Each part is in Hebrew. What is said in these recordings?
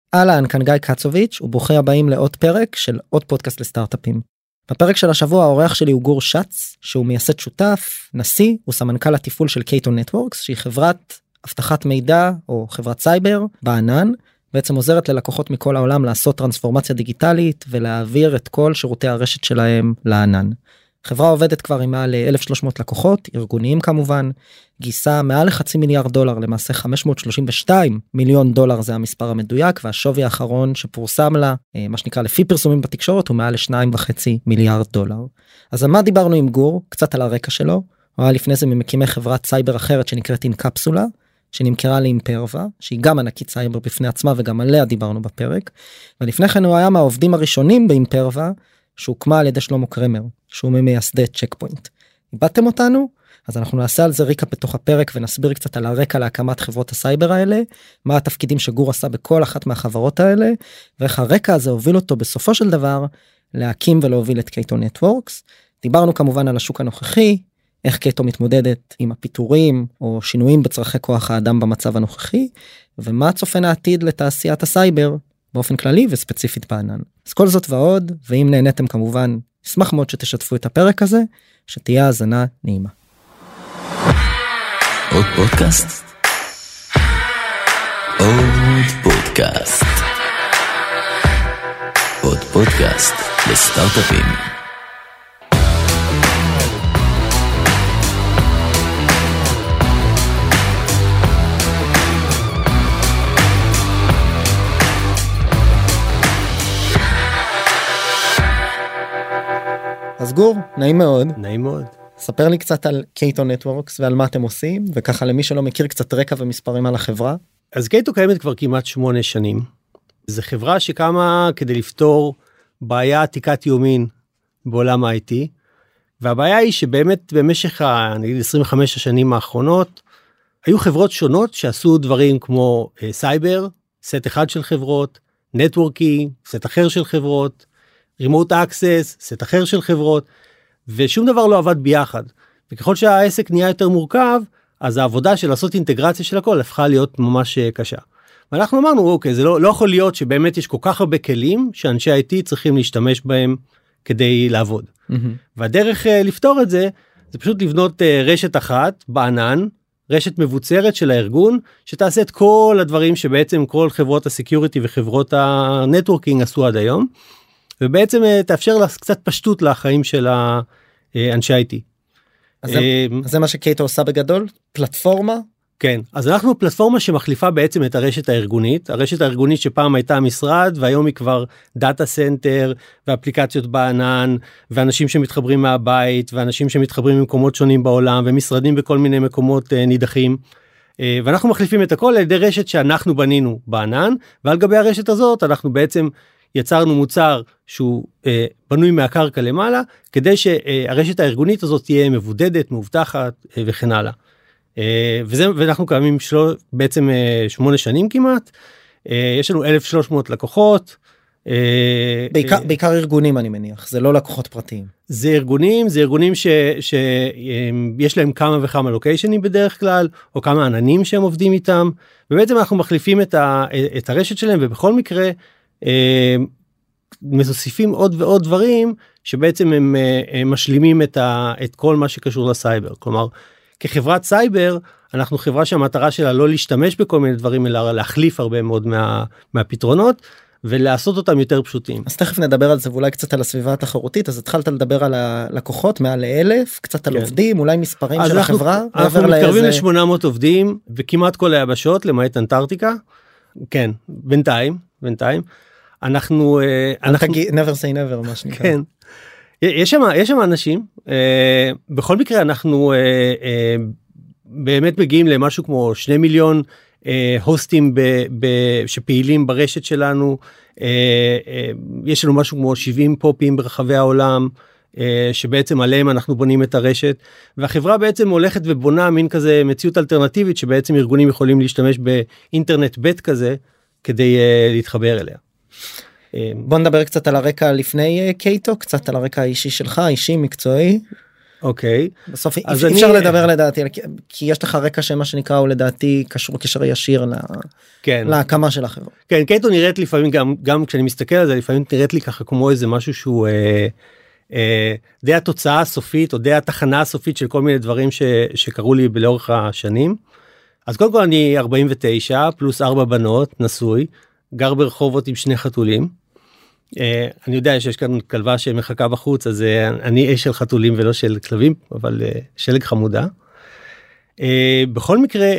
אהלן, כאן גיא קצוביץ' וברוכים הבאים לעוד פרק של עוד פודקאסט לסטארט-אפים. בפרק של השבוע האורח שלי הוא גור שץ, שהוא מייסד שותף, נשיא וסמנכ"ל התפעול של קייטו נטוורקס, שהיא חברת אבטחת מידע או חברת סייבר בענן, בעצם עוזרת ללקוחות מכל העולם לעשות טרנספורמציה דיגיטלית ולהעביר את כל שירותי הרשת שלהם לענן. חברה עובדת כבר עם מעל 1,300 לקוחות, ארגוניים כמובן, גייסה מעל $500 מיליארד, למעשה $532 מיליון זה המספר המדויק, והשווי האחרון שפורסם לה, מה שנקרא לפי פרסומים בתקשורת, הוא מעל $2.5 מיליארד. אז על מה דיברנו עם גור? קצת על הרקע שלו. הוא היה לפני זה ממקימי חברת סייבר אחרת שנקראת אינקפסולה, שנמכרה לאימפרווה, שהיא גם ענקית סייבר בפני עצמה, וגם עליה דיברנו בפרק. ולפני כן הוא היה מהעובדים הראשונים באימפרווה, שהוקמה על ידי שלמה קרמר, שהוא ממייסדי צ'ק פוינט. איבדתם אותנו? אז אנחנו נעשה על זה ריקאפ בתוך הפרק, ונסביר קצת על הרקע להקמת חברות הסייבר האלה, מה התפקידים שגור עשה בכל אחת מהחברות האלה, ואיך הרקע הזה הוביל אותו בסופו של דבר, להקים ולהוביל את קייטו נטוורקס. דיברנו כמובן על השוק הנוכחי, איך קייטו מתמודדת עם הפיטורים, או שינויים בצרכי כוח האדם במצב הנוכחי, ומה צופן העתיד לתעשיית הסייבר, באופן כללי וספציפית בענן. אז כל זאת ועוד, ואם נהניתם כמובן, אשמח מאוד שתשתפו את הפרק הזה, שתהיה האזנה נעימה. עוד פודקאסט? עוד פודקאסט. עוד פודקאסט לסטארט-אפים. אז גור, נעים מאוד. נעים מאוד. ספר לי קצת על קייטו נטוורקס ועל מה אתם עושים, וככה למי שלא מכיר קצת רקע ומספרים על החברה. אז קייטו קיימת כבר כמעט 8 שנים. זו חברה שקמה כדי לפתור בעיה עתיקת יומין בעולם ה-IT, והבעיה היא שבאמת במשך נגיד 25 השנים האחרונות, היו חברות שונות שעשו דברים כמו סייבר, סט אחד של חברות, נטוורקינג, סט אחר של חברות, רימוט אקסס, סט אחר של חברות, ושום דבר לא עבד ביחד. וככל שהעסק נהיה יותר מורכב, אז העבודה של לעשות אינטגרציה של הכל הפכה להיות ממש קשה. ואנחנו אמרנו, אוקיי, זה לא יכול להיות שבאמת יש כל כך הרבה כלים שאנשי IT צריכים להשתמש בהם כדי לעבוד. והדרך לפתור את זה, זה פשוט לבנות רשת אחת בענן, רשת מבוצרת של הארגון, שתעשה את כל הדברים שבעצם כל חברות הסקיוריטי וחברות הנטוורקינג עשו עד היום, ובעצם תאפשר לה קצת פשטות לחיים של האנשי IT. אז זה מה שקייטו עושה בגדול? פלטפורמה? כן, אז אנחנו פלטפורמה שמחליפה בעצם את הרשת הארגונית, הרשת הארגונית שפעם הייתה משרד, והיום היא כבר דאטה סנטר, ואפליקציות בענן, ואנשים שמתחברים מהבית, ואנשים שמתחברים ממקומות שונים בעולם, ומשרדים בכל מיני מקומות נידחים, ואנחנו מחליפים את הכל על ידי רשת שאנחנו בנינו בענן, ועל גבי הרשת הזאת אנחנו בעצם יצרנו מוצר שהוא בנוי מהקרקע למעלה, כדי שהרשת הארגונית הזאת תהיה מבודדת, מאובטחת וכן הלאה. ואנחנו קיימים בעצם 8 שנים כמעט, יש לנו 1,300 לקוחות. בעיקר ארגונים אני מניח, זה לא לקוחות פרטיים. זה ארגונים שיש להם כמה וכמה לוקיישנים בדרך כלל, או כמה עננים שהם עובדים איתם, ובעצם אנחנו מחליפים את הרשת שלהם, ובכל מקרה, מוסיפים עוד ועוד דברים שבעצם הם משלימים את כל מה שקשור לסייבר. כלומר, כחברת סייבר, אנחנו חברה שהמטרה שלה לא להשתמש בכל מיני דברים, אלא להחליף הרבה מאוד מהפתרונות, ולעשות אותם יותר פשוטים. אז תכף נדבר על זה, ואולי קצת על הסביבה התחרותית. אז התחלת לדבר על הלקוחות, מעל 1,000, קצת על עובדים, אולי מספרים של החברה. אנחנו מתקרבים ל-800 עובדים, וכמעט כל היבשות, למעט אנטארקטיקה. כן, בינתיים. אנחנו never say never, מה שנקרא. כן. יש שם אנשים, בכל מקרה אנחנו באמת מגיעים למשהו כמו 2 מיליון הוסטים שפעילים ברשת שלנו, יש לנו משהו כמו 70 פופים ברחבי העולם, שבעצם עליהם אנחנו בונים את הרשת, והחברה בעצם הולכת ובונה מין כזה מציאות אלטרנטיבית, שבעצם ארגונים יכולים להשתמש באינטרנט בית כזה, כדי להתחבר אליה. בוא נדבר קצת על הרקע לפני קייטו, קצת על הרקע האישי שלך, אישי, מקצועי. אוקיי. בסוף אי אפשר לדבר לדעתי, כי יש לך רקע שמה שנקרא הוא לדעתי קשור קשר ישיר להקמה של החברה. כן, קייטו נראית לפעמים, גם כשאני מסתכל על זה, לפעמים נראית לי ככה כמו איזה משהו שהוא די התוצאה הסופית, או די התחנה הסופית של כל מיני דברים שקרו לי לאורך השנים. אז קודם כל אני 49, פלוס 4 בנות, נשוי, גר ברחובות עם 2 חתולים. אני יודע שיש כאן כלבה שמחכה בחוץ, אז אני אש של חתולים ולא של כלבים, אבל שלג חמודה. בכל מקרה,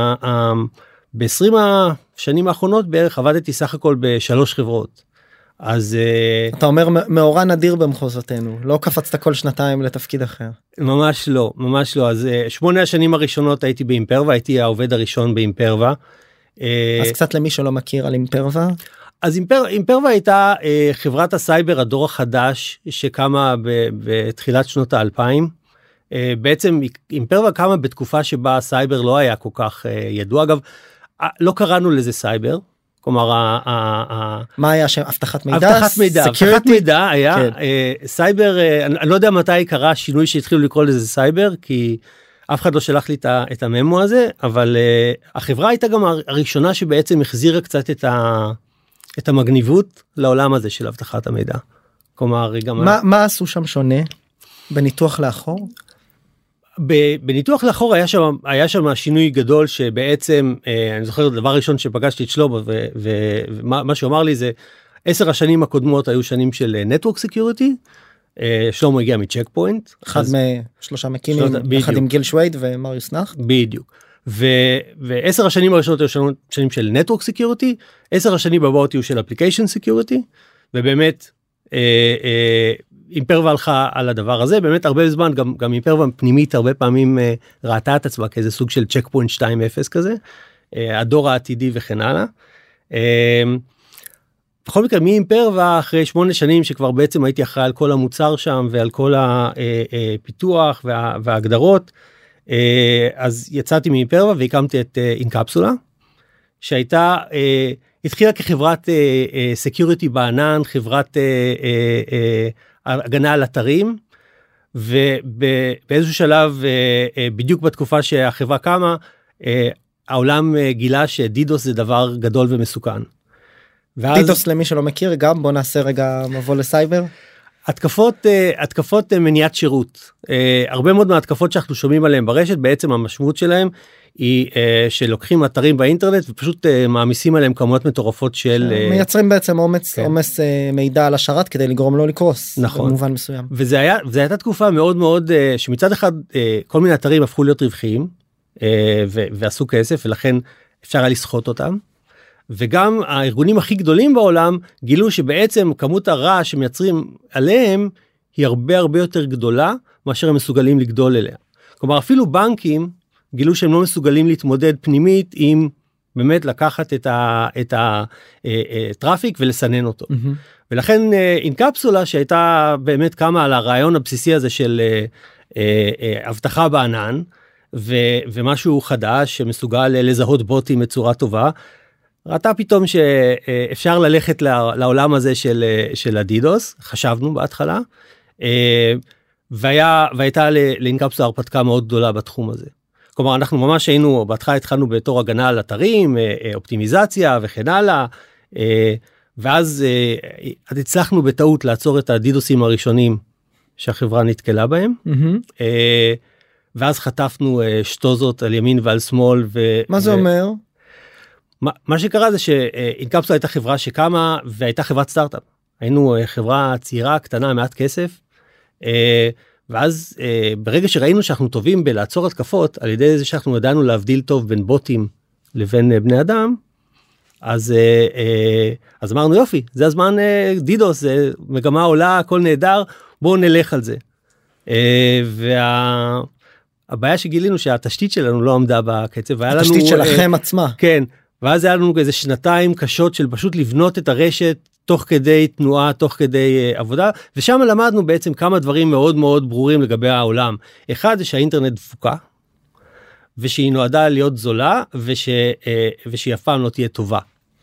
ב-20 השנים האחרונות בערך עבדתי סך הכל ב3 חברות. אז אתה אומר מאורע נדיר במחוזותינו, לא קפצת כל שנתיים לתפקיד אחר. ממש לא, ממש לא. אז 8 השנים הראשונות הייתי באימפרווה, הייתי העובד הראשון באימפרווה. אז קצת למי שלא מכיר על אימפרווה. אז אימפרווה הייתה חברת הסייבר הדור החדש שקמה בתחילת שנות ה-2000. בעצם אימפרווה קמה בתקופה שבה הסייבר לא היה כל כך ידוע. אגב, לא קראנו לזה סייבר. כלומר, מה היה שם? אבטחת מידע? אבטחת מידע היה, סייבר, אני לא יודע מתי קרה שינוי שהתחילו לקרוא לזה סייבר, כי אף אחד לא שלח לי את הממו הזה, אבל החברה הייתה גם הראשונה שבעצם החזירה קצת את המגניבות לעולם הזה של אבטחת המידע. כלומר, גם... מה עשו שם שונה בניתוח לאחור? בניתוח לאחור היה שם שינוי גדול שבעצם, אני זוכר דבר ראשון שפגשתי את שלמה, ומה שהוא אמר לי זה, 10 השנים הקודמות היו שנים של Network Security, שלמה הגיע מצ'ק פוינט. אחד מ3 מקימים, אחד עם גיל שווייד ומריוס נח. בדיוק. ו10 השנים הראשונות היו שנים של Network Security, 10 השנים הבאות היו של Application Security, ובאמת, אימפרווה הלכה על הדבר הזה, באמת הרבה זמן, גם אימפרווה פנימית הרבה פעמים ראתה את עצמה כאיזה סוג של צ'ק פוינט 2.0 כזה, הדור העתידי וכן הלאה. בכל מקרה, מאימפרווה אחרי 8 שנים שכבר בעצם הייתי אחראי על כל המוצר שם ועל כל הפיתוח וההגדרות, אז יצאתי מאימפרווה והקמתי את אינקפסולה, שהייתה, התחילה כחברת סקיוריטי בענן, חברת הגנה על אתרים, ובאיזשהו שלב, בדיוק בתקופה שהחברה קמה, העולם גילה שדידוס זה דבר גדול ומסוכן. דידוס למי שלא מכיר, גם בוא נעשה רגע מבוא לסייבר. התקפות מניעת שירות. הרבה מאוד מההתקפות שאנחנו שומעים עליהם ברשת, בעצם המשמעות שלהם היא שלוקחים אתרים באינטרנט ופשוט מעמיסים עליהם כמויות מטורפות של... מייצרים בעצם עומס מידע על השרת כדי לגרום לו לקרוס. נכון. במובן מסוים. וזה הייתה תקופה מאוד מאוד, שמצד אחד כל מיני אתרים הפכו להיות רווחיים ועשו כסף ולכן אפשר היה לסחוט אותם. וגם הארגונים הכי גדולים בעולם גילו שבעצם כמות הרע שמייצרים עליהם היא הרבה הרבה יותר גדולה מאשר הם מסוגלים לגדול אליה. כלומר אפילו בנקים גילו שהם לא מסוגלים להתמודד פנימית עם באמת לקחת את הטראפיק ולסנן אותו. ולכן אינקפסולה שהייתה באמת קמה על הרעיון הבסיסי הזה של הבטחה בענן ומשהו חדש שמסוגל לזהות בוטים בצורה טובה, ראתה פתאום שאפשר ללכת לעולם הזה של הדידוס, חשבנו בהתחלה, והייתה לאינקפסולה הרפתקה מאוד גדולה בתחום הזה. כלומר, אנחנו ממש היינו, בהתחלה התחלנו בתור הגנה על אתרים, אופטימיזציה וכן הלאה, ואז הצלחנו בטעות לעצור את הדידוסים הראשונים שהחברה נתקלה בהם, ואז חטפנו שטוזות על ימין ועל שמאל. מה זה אומר? מה שקרה זה שאינקפסולה הייתה חברה שקמה והייתה חברת סטארט-אפ. היינו חברה צעירה, קטנה, מעט כסף, ואז ברגע שראינו שאנחנו טובים בלעצור התקפות, על ידי זה שאנחנו ידענו להבדיל טוב בין בוטים לבין בני אדם, אז אמרנו יופי, זה הזמן דידוס, זה מגמה עולה, הכל נהדר, בואו נלך על זה. והבעיה שגילינו שהתשתית שלנו לא עמדה בקצב. התשתית שלכם עצמה. כן, ואז היה לנו איזה 2 קשות של פשוט לבנות את הרשת, תוך כדי תנועה, תוך כדי עבודה, ושם למדנו בעצם כמה דברים מאוד מאוד ברורים לגבי העולם. אחד זה שהאינטרנט דפוקה, ושהיא נועדה להיות זולה, ושהיא אף פעם לא תהיה טובה.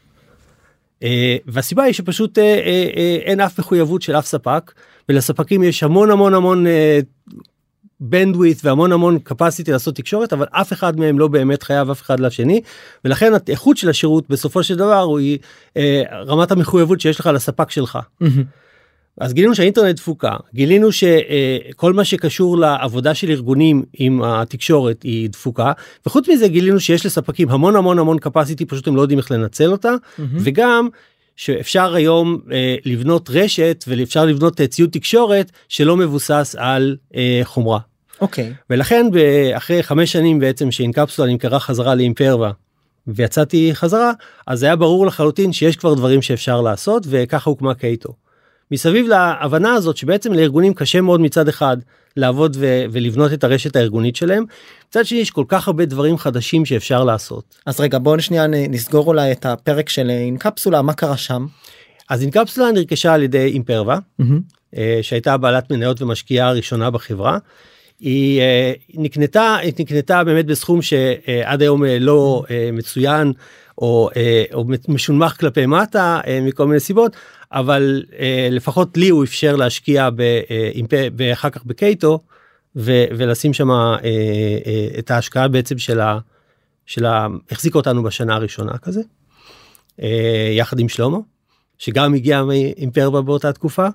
והסיבה היא שפשוט אין אף מחויבות של אף ספק, ולספקים יש המון המון המון bandwidth והמון המון capacity לעשות תקשורת, אבל אף אחד מהם לא באמת חייב אף אחד לשני, ולכן האיכות של השירות בסופו של דבר היא רמת המחויבות שיש לך לספק שלך. אז גילינו שהאינטרנט דפוקה, גילינו שכל מה שקשור לעבודה של ארגונים עם התקשורת היא דפוקה, וחוץ מזה גילינו שיש לספקים המון המון המון capacity, פשוט הם לא יודעים איך לנצל אותה, וגם שאפשר היום לבנות רשת ואפשר לבנות ציוד תקשורת שלא מבוסס על חומרה. אוקיי. ולכן אחרי 5 שנים בעצם שאינקפסולה נמכרה חזרה לאימפרווה ויצאתי חזרה, אז היה ברור לחלוטין שיש כבר דברים שאפשר לעשות, וככה הוקמה קייטו. מסביב להבנה הזאת שבעצם לארגונים קשה מאוד מצד אחד לעבוד ולבנות את הרשת הארגונית שלהם, מצד שני יש כל כך הרבה דברים חדשים שאפשר לעשות. אז רגע, בואו שנייה נסגור אולי את הפרק של אינקפסולה, מה קרה שם? אז אינקפסולה נרכשה על ידי אימפרווה, שהייתה בעלת מניות ומשקיעה הראשונה בחברה. היא נקנתה באמת בסכום שעד היום לא מצוין, או משונמך כלפי מטה מכל מיני סיבות, אבל לפחות לי הוא אפשר להשקיע אחר כך בקייטו, ולשים שם את ההשקעה בעצם החזיקה אותנו בשנה הראשונה כזה, יחד עם שלמה, שגם הגיע מאימפרווה באותה תקופה,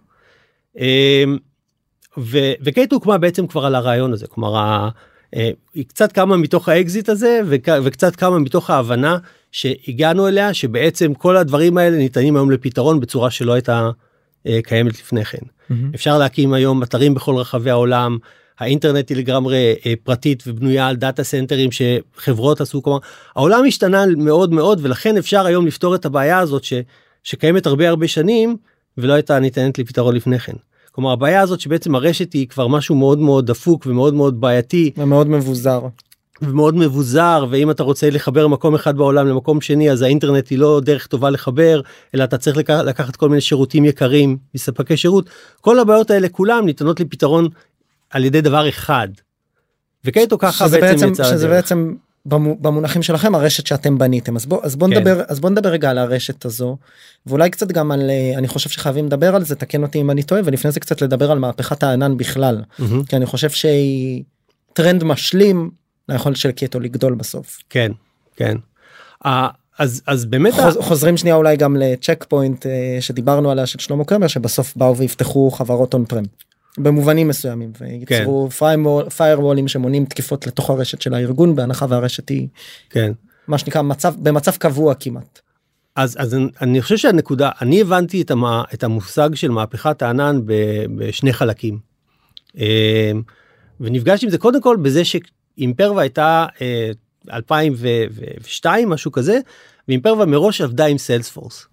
וקייטו הוקמה בעצם כבר על הרעיון הזה, כלומר, היא קצת כמה מתוך האקזיט הזה, וקצת כמה מתוך ההבנה שהגענו אליה, שבעצם כל הדברים האלה ניתנים היום לפתרון בצורה שלא הייתה קיימת לפני כן. אפשר להקים היום אתרים בכל רחבי העולם, האינטרנט היא לגמרי פרטית ובנויה על דאטה סנטרים שחברות עשו, כלומר, העולם השתנה מאוד מאוד, ולכן אפשר היום לפתור את הבעיה הזאת שקיימת הרבה שנים, ולא הייתה ניתנת לפתרון לפני כן. כלומר, הבעיה הזאת שבעצם הרשת היא כבר משהו מאוד מאוד דפוק ומאוד מאוד בעייתי. ומאוד מבוזר. ומאוד מבוזר, ואם אתה רוצה לחבר מקום אחד בעולם למקום שני, אז האינטרנט היא לא דרך טובה לחבר, אלא אתה צריך לקחת כל מיני שירותים יקרים מספקי שירות. כל הבעיות האלה כולם ניתנות לפתרון על ידי דבר אחד. וקייטו ככה בעצם יצא שזה בעצם במונחים שלכם הרשת שאתם בניתם. אז בוא נדבר רגע על הרשת הזו, ואולי קצת גם על, אני חושב שחייבים לדבר על זה, תקן אותי אם אני טועה, ולפני זה קצת לדבר על מהפכת הענן בכלל, כי אני חושב שהיא טרנד משלים ליכולת של קייטו לגדול בסוף. כן, כן. אז באמת חוזרים שנייה אולי גם לצ'ק פוינט שדיברנו עליה של שלמה קרמר, שבסוף באו ויפתחו חברות און פרם במובנים מסוימים, וייצרו פיירוולים שמונים תקיפות לתוך הרשת של הארגון, בהנחה והרשת היא מה שנקרא במצב קבוע כמעט. אז אני חושב שהנקודה, אני הבנתי את המושג של מהפכת הענן בשני חלקים, ונפגשתי עם זה קודם כל בזה שאימפרווה הייתה 2002 משהו כזה, ואימפרווה מראש עבדה עם סיילספורס.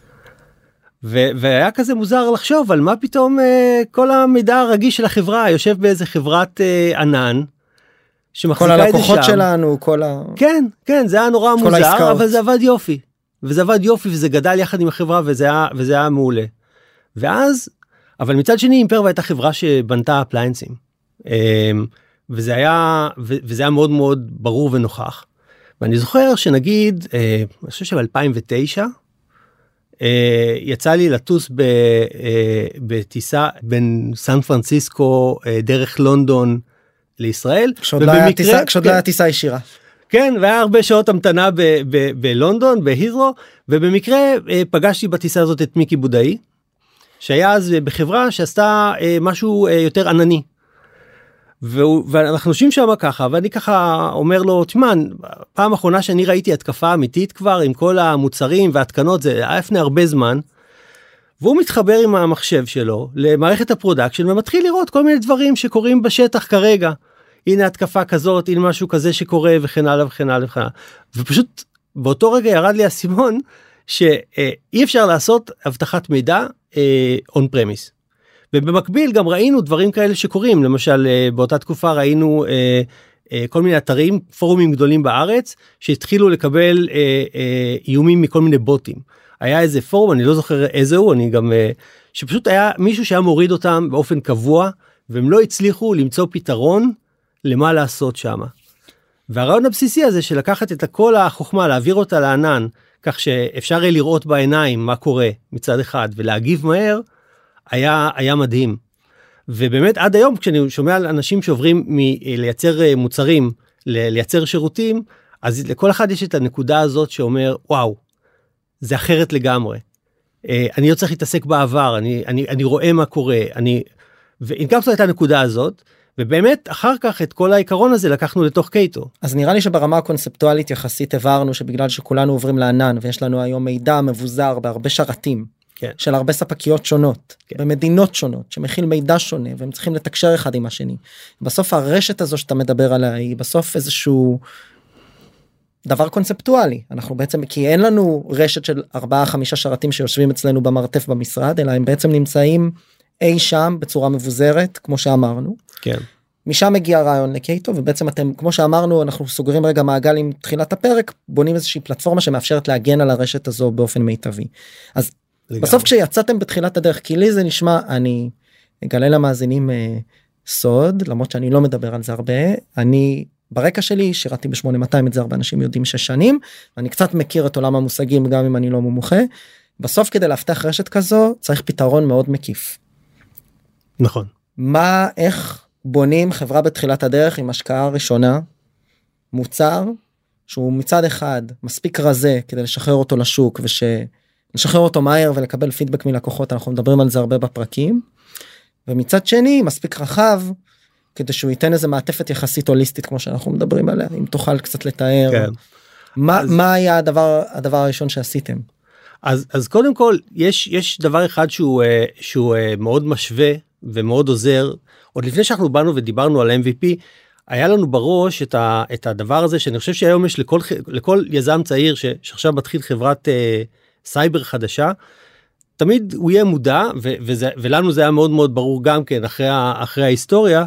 והיה כזה מוזר לחשוב על מה פתאום כל המידע הרגיש של החברה יושב באיזה חברת ענן כל הלקוחות שלנו, כן, זה היה נורא מוזר, אבל זה עבד יופי. וזה עבד יופי וזה גדל יחד עם החברה וזה היה מעולה. ואז, אבל מצד שני אימפרווה הייתה חברה שבנתה אפליינסים. וזה היה מאוד מאוד ברור ונוכח. ואני זוכר שנגיד, אני חושב שב-2009, יצא לי לטוס בטיסה בין סן פרנסיסקו דרך לונדון לישראל. כשעוד לא היה טיסה ישירה. כן, והיה הרבה שעות המתנה בלונדון, בהית'רו, ובמקרה פגשתי בטיסה הזאת את מיקי בודאי, שהיה אז בחברה שעשתה משהו יותר ענני. ואנחנו יושבים שם ככה, ואני ככה אומר לו, תשמע, פעם האחרונה שאני ראיתי התקפה אמיתית כבר, עם כל המוצרים והתקנות, זה היה לפני הרבה זמן, והוא מתחבר עם המחשב שלו, למערכת הפרודקשן, ומתחיל לראות כל מיני דברים שקורים בשטח כרגע, הנה התקפה כזאת, הנה משהו כזה שקורה, וכן הלאה וכן הלאה וכן הלאה, ופשוט באותו רגע ירד לי הסימון, שאי אפשר לעשות אבטחת מידע on premise. ובמקביל גם ראינו דברים כאלה שקורים, למשל באותה תקופה ראינו כל מיני אתרים, פורומים גדולים בארץ, שהתחילו לקבל איומים מכל מיני בוטים. היה איזה פורום, אני לא זוכר איזה הוא, אני גם, שפשוט היה מישהו שהיה מוריד אותם באופן קבוע, והם לא הצליחו למצוא פתרון למה לעשות שם. והרעיון הבסיסי הזה של לקחת את כל החוכמה, להעביר אותה לענן, כך שאפשר לראות בעיניים מה קורה מצד אחד, ולהגיב מהר, היה מדהים. ובאמת עד היום כשאני שומע על אנשים שעוברים מלייצר מוצרים לייצר שירותים, אז לכל אחד יש את הנקודה הזאת שאומר, וואו, זה אחרת לגמרי. אני לא צריך להתעסק בעבר, אני רואה מה קורה, ואינקפסו הייתה הנקודה הזאת, ובאמת אחר כך את כל העיקרון הזה לקחנו לתוך קייטו. אז נראה לי שברמה הקונספטואלית יחסית הבהרנו שבגלל שכולנו עוברים לענן, ויש לנו היום מידע מבוזר בהרבה שרתים, כן. של הרבה ספקיות שונות, כן. במדינות שונות, שמכיל מידע שונה, והם צריכים לתקשר אחד עם השני. בסוף הרשת הזו שאתה מדבר עליה, היא בסוף איזשהו דבר קונספטואלי. אנחנו בעצם, כי אין לנו רשת של 4-5 שרתים שיושבים אצלנו במרתף במשרד, אלא הם בעצם נמצאים אי שם בצורה מבוזרת, כמו שאמרנו. כן. משם מגיע הרעיון לקייטו, ובעצם אתם, כמו שאמרנו, אנחנו סוגרים רגע מעגל עם תחילת הפרק, בונים איזושהי פלטפורמה שמאפשרת להגן על הרשת הזו באופן מיטבי. אז לגמרי. בסוף כשיצאתם בתחילת הדרך, כי לי זה נשמע, אני אגלה למאזינים סוד, למרות שאני לא מדבר על זה הרבה, אני ברקע שלי שירתי ב-8200, את זה הרבה אנשים יודעים 6 שנים, ואני קצת מכיר את עולם המושגים, גם אם אני לא מומחה. בסוף כדי להפתח רשת כזו, צריך פתרון מאוד מקיף. נכון. איך בונים חברה בתחילת הדרך עם השקעה ראשונה, מוצר שהוא מצד אחד מספיק רזה כדי לשחרר אותו לשוק, לשחרר אותו מהר ולקבל פידבק מלקוחות, אנחנו מדברים על זה הרבה בפרקים, ומצד שני מספיק רחב, כדי שהוא ייתן איזה מעטפת יחסית הוליסטית כמו שאנחנו מדברים עליה, אם תוכל קצת לתאר. כן. מה היה הדבר הראשון שעשיתם? אז קודם כל, יש דבר אחד שהוא מאוד משווה ומאוד עוזר. עוד לפני שאנחנו באנו ודיברנו על MVP, היה לנו בראש את הדבר הזה, שאני חושב שהיום יש לכל יזם צעיר שעכשיו מתחיל חברת סייבר חדשה, תמיד הוא יהיה מודע, ולנו זה היה מאוד מאוד ברור גם כן, אחרי ההיסטוריה,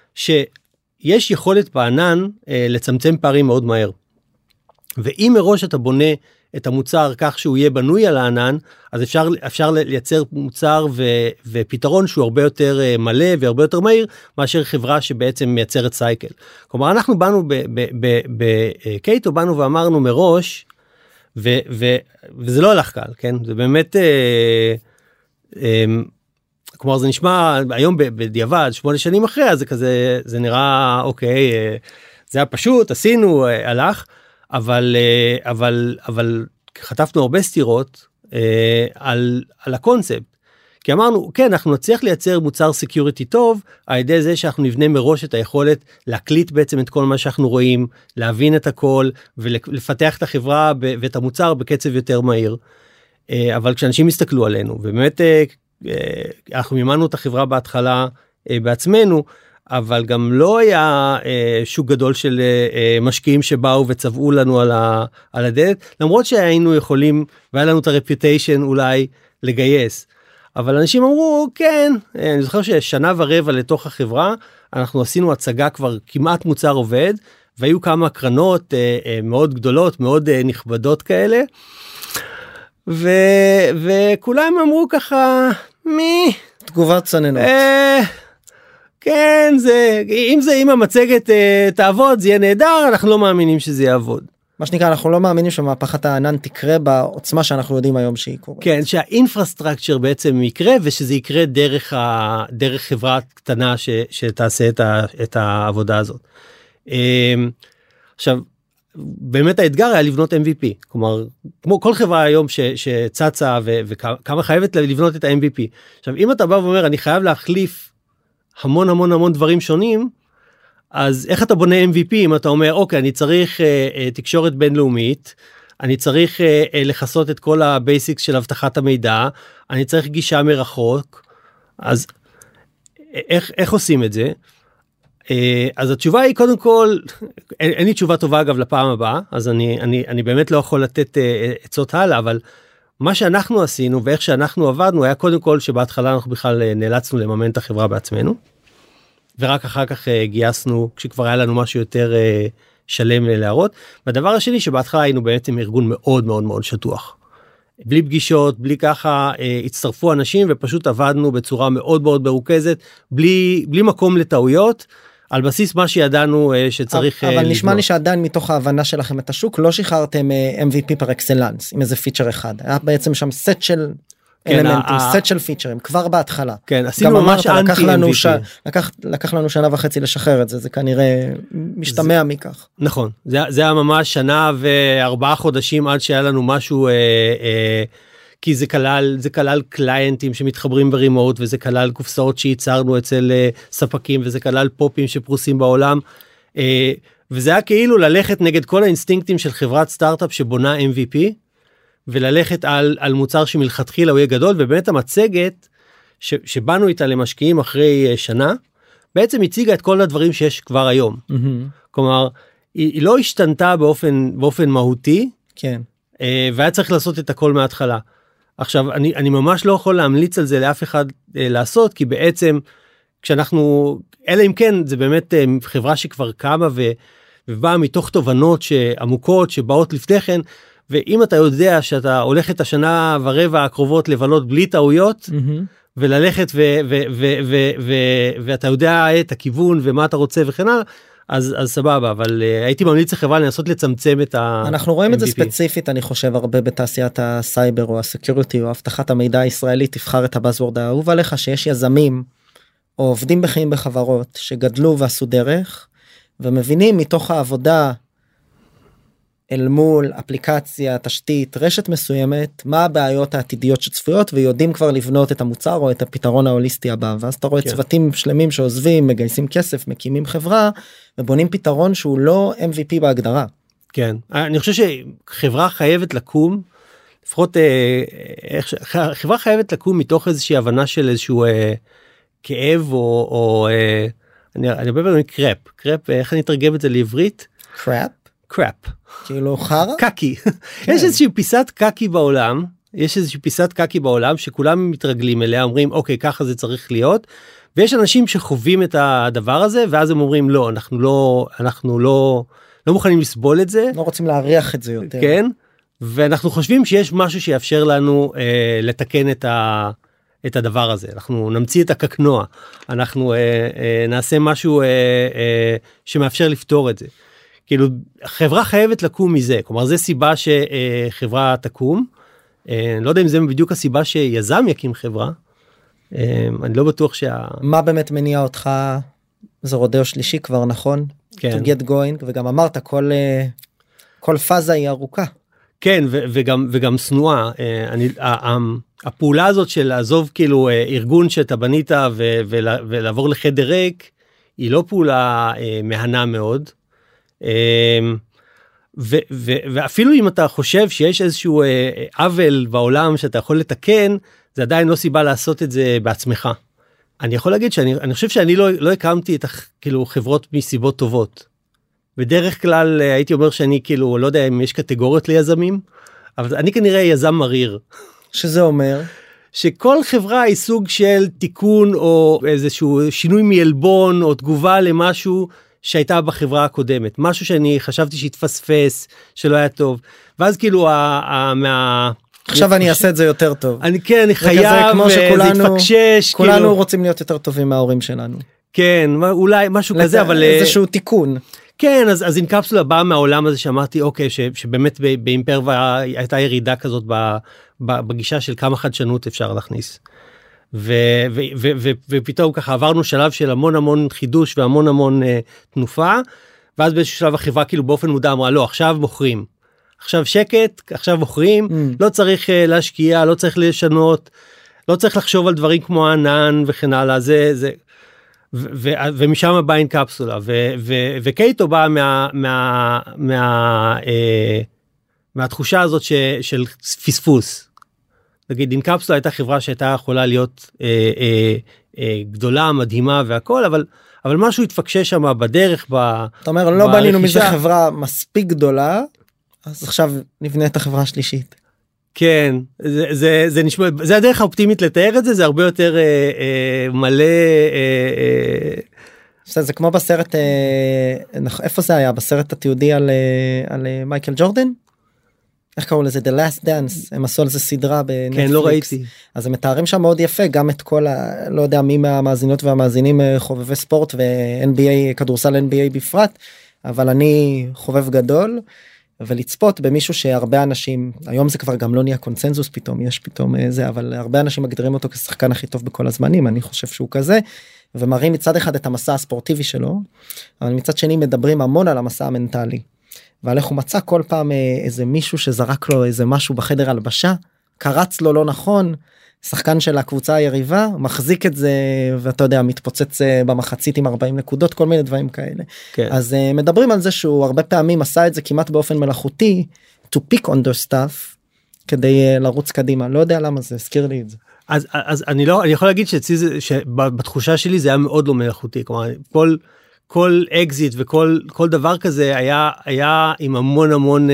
שיש יכולת בענן לצמצם פערים מאוד מהר. ואם מראש אתה בונה את המוצר כך שהוא יהיה בנוי על הענן, אז אפשר לייצר מוצר ופתרון שהוא הרבה יותר מלא והרבה יותר מהיר, מאשר חברה שבעצם מייצרת סייקל. כלומר, אנחנו באנו בקייטו, באנו ואמרנו מראש, וזה לא הלך קל, כן? זה באמת, כלומר, זה נשמע היום בדיעבד, 8 שנים אחרי, אז זה כזה, זה נראה, אוקיי, זה היה פשוט, עשינו, הלך, אבל חטפנו הרבה סתירות על הקונספט, כי אמרנו, כן, אנחנו נצליח לייצר מוצר סקיוריטי טוב, על ידי זה שאנחנו נבנה מראש את היכולת להקליט בעצם את כל מה שאנחנו רואים, להבין את הכל, ולפתח את החברה ואת המוצר בקצב יותר מהיר. אבל כשאנשים הסתכלו עלינו, ובאמת אנחנו מימנו את החברה בהתחלה בעצמנו, אבל גם לא היה שוק גדול של משקיעים שבאו וצבעו לנו על הדלת, למרות שהיינו יכולים, והיה לנו את הרפיוטיישן אולי לגייס. אבל אנשים אמרו, כן, אני זוכר ששנה ורבע לתוך החברה, אנחנו עשינו הצגה כבר כמעט מוצר עובד, והיו כמה קרנות מאוד גדולות, מאוד נכבדות כאלה, וכולם אמרו ככה, תגובת צננות. כן, אם המצגת תעבוד, זה יהיה נהדר, אנחנו לא מאמינים שזה יעבוד. מה שנקרא, אנחנו לא מאמינים שמהפכת הענן תקרה בעוצמה שאנחנו יודעים היום שהיא קורה. כן, שהאינפרסטרקצ'ר בעצם יקרה, ושזה יקרה דרך חברה קטנה שתעשה את העבודה הזאת. עכשיו, באמת האתגר היה לבנות MVP, כלומר, כמו כל חברה היום שצצה וכמה חייבת לבנות את ה-MVP. עכשיו, אם אתה בא ואומר, אני חייב להחליף המון המון המון דברים שונים, אז איך אתה בונה MVP אם אתה אומר, אוקיי, אני צריך תקשורת בינלאומית, אני צריך לחסות את כל הבייסיקס של הבטחת המידע, אני צריך גישה מרחוק, אז איך עושים את זה? אז התשובה היא קודם כל, אין לי תשובה טובה אגב לפעם הבאה, אז אני באמת לא יכול לתת עצות הלאה, אבל מה שאנחנו עשינו ואיך שאנחנו עבדנו היה קודם כל שבהתחלה אנחנו בכלל נאלצנו לממן את החברה בעצמנו, ורק אחר כך גייסנו כשכבר היה לנו משהו יותר שלם להראות. והדבר השני שבהתחלה היינו בעצם ארגון מאוד מאוד מאוד שטוח. בלי פגישות, בלי ככה הצטרפו אנשים ופשוט עבדנו בצורה מאוד מאוד מרוכזת, בלי מקום לטעויות, על בסיס מה שידענו שצריך אבל נשמע לי שעדיין מתוך ההבנה שלכם את השוק, לא שחררתם MVP פר אקסלנס, עם איזה פיצ'ר אחד. היה בעצם שם סט של אלמנטים, סט של פיצ'רים, כבר בהתחלה. כן, עשינו ממש אנטי MVP. לקח לנו שנה וחצי לשחרר את זה, זה כנראה משתמע מכך. נכון, זה היה ממש שנה ו4 חודשים עד שהיה לנו משהו, כי זה כלל קליינטים שמתחברים ברימוט, וזה כלל קופסאות שייצרנו אצל ספקים, וזה כלל פופים שפרוסים בעולם, וזה היה כאילו ללכת נגד כל האינסטינקטים של חברת סטארט-אפ שבונה MVP, וללכת על מוצר שמלכתחילה הוא יהיה גדול, ובאמת המצגת שבאנו איתה למשקיעים אחרי שנה, בעצם הציגה את כל הדברים שיש כבר היום. כלומר, היא לא השתנתה באופן מהותי, כן. והיה צריך לעשות את הכל מההתחלה. עכשיו, אני ממש לא יכול להמליץ על זה לאף אחד לעשות, כי בעצם, כשאנחנו, אלא אם כן, זה באמת חברה שכבר קמה, ובאה מתוך תובנות עמוקות, שבאות לפני כן, ואם אתה יודע שאתה הולך את השנה ורבע הקרובות לבלות בלי טעויות, וללכת ואתה יודע את הכיוון ומה אתה רוצה וכן הלאה, אז סבבה, אבל הייתי ממליץ לחברה לנסות לצמצם את ה-MVP. אנחנו רואים את זה ספציפית, אני חושב, הרבה בתעשיית הסייבר או הסקיוריטי או הבטחת המידע הישראלית, תבחר את הבאזוורד האהוב עליך, שיש יזמים או עובדים בחיים בחברות שגדלו ועשו דרך, ומבינים מתוך העבודה אל מול אפליקציה, תשתית, רשת מסוימת, מה הבעיות העתידיות שצפויות, ויודעים כבר לבנות את המוצר או את הפתרון ההוליסטי הבא. ואז אתה רואה צוותים שלמים שעוזבים, מגייסים כסף, מקימים חברה, ובונים פתרון שהוא לא MVP בהגדרה. כן, אני חושב שחברה חייבת לקום, לפחות חברה חייבת לקום מתוך איזושהי הבנה של איזשהו כאב, או אני הרבה פעמים קראפ, איך אני אתרגם את זה לעברית? קראפ. כאילו חרה? קקי. יש איזושהי פיסת קקי בעולם, שכולם מתרגלים אליה, אומרים, אוקיי, ככה זה צריך להיות, ויש אנשים שחווים את הדבר הזה, ואז הם אומרים, לא, אנחנו לא מוכנים לסבול את זה. לא רוצים להריח את זה יותר. כן, ואנחנו חושבים שיש משהו שיאפשר לנו לתקן את הדבר הזה. אנחנו נמציא את הקקנוע, אנחנו נעשה משהו שמאפשר לפתור את זה. כאילו, חברה חייבת לקום מזה, כלומר, זה סיבה שחברה תקום, לא יודע אם זה בדיוק הסיבה שיזם יקים חברה, אני לא בטוח מה באמת מניע אותך, זה רודאו שלישי כבר, נכון? כן. To get going, וגם אמרת, כל פאזה היא ארוכה. כן, וגם סנועה, הפעולה הזאת של לעזוב כאילו ארגון שאתה בנית ולעבור לחדר ריק, היא לא פעולה מהנה מאוד, ואפילו אם אתה חושב שיש איזשהו עוול בעולם שאתה יכול לתקן, זה עדיין לא סיבה לעשות את זה בעצמך. אני יכול להגיד שאני חושב שאני לא הקמתי את כאילו חברות מסיבות טובות. בדרך כלל הייתי אומר שאני כאילו לא יודע אם יש קטגוריות ליזמים, אבל אני כנראה יזם מריר. שזה אומר? שכל חברה היא סוג של תיקון או איזשהו שינוי מעלבון או תגובה למשהו שהייתה בחברה הקודמת, משהו שאני חשבתי שהתפספס, שלא היה טוב, ואז כאילו עכשיו אני אעשה את זה יותר טוב. אני חייב, זה התפקשש. כולנו רוצים להיות יותר טובים מההורים שלנו. כן, אולי משהו כזה, אבל איזשהו תיקון. כן, אז אינקפסולה באה מהעולם הזה שאמרתי, אוקיי, שבאמת באימפרווה הייתה ירידה כזאת בגישה של כמה חדשנות אפשר להכניס. ופתאום ככה עברנו שלב של המון חידוש והמון תנופה, ואז באיזשהו שלב החברה כאילו באופן מודע אמרה, לא, עכשיו מוכרים. עכשיו שקט, עכשיו מוכרים, לא צריך להשקיע, לא צריך לשנות, לא צריך לחשוב על דברים כמו הענן וכן הלאה, ומשם באה אינקפסולה, וקייטו באה מהתחושה הזאת של פספוס. נגיד, אינקפסולה הייתה חברה שהייתה יכולה להיות גדולה, מדהימה והכל, אבל משהו התפקשש שם בדרך. אתה אומר, לא בנינו מזה חברה מספיק גדולה, אז עכשיו נבנה את החברה השלישית. כן, זה נשמע, זה הדרך האופטימית לתאר את זה, זה הרבה יותר מלא. זה כמו בסרט, איפה זה היה? בסרט התיעודי על מייקל ג'ורדן? איך קראו לזה? The Last Dance, הם עשו על זה סדרה בנטפליקס. כן, לא ראיתי. אז הם מתארים שם מאוד יפה, גם את כל לא יודע מי מהמאזינות והמאזינים חובבי ספורט ו-NBA, כדורסל NBA בפרט, אבל אני חובב גדול. ולצפות במישהו שהרבה אנשים, היום זה כבר גם לא נהיה קונצנזוס פתאום, יש פתאום זה, אבל הרבה אנשים מגדירים אותו כשחקן הכי טוב בכל הזמנים, אני חושב שהוא כזה, ומראים מצד אחד את המסע הספורטיבי שלו, אבל מצד שני מדברים המון על המסע המנטלי, ועל איך הוא מצא כל פעם איזה מישהו שזרק לו איזה משהו בחדר הלבשה, קרץ לו לא נכון, שחקן של הקבוצה היריבה, מחזיק את זה, ואתה יודע, מתפוצץ במחצית עם 40 נקודות, כל מיני דברים כאלה. כן. אז מדברים על זה שהוא הרבה פעמים עשה את זה כמעט באופן מלאכותי, to pick on their stuff, כדי לרוץ קדימה. לא יודע למה זה, הזכיר לי את זה. אז אני יכול להגיד שבתחושה שלי זה היה מאוד לא מלאכותי, כלומר, כל אקזיט וכל דבר כזה היה עם המון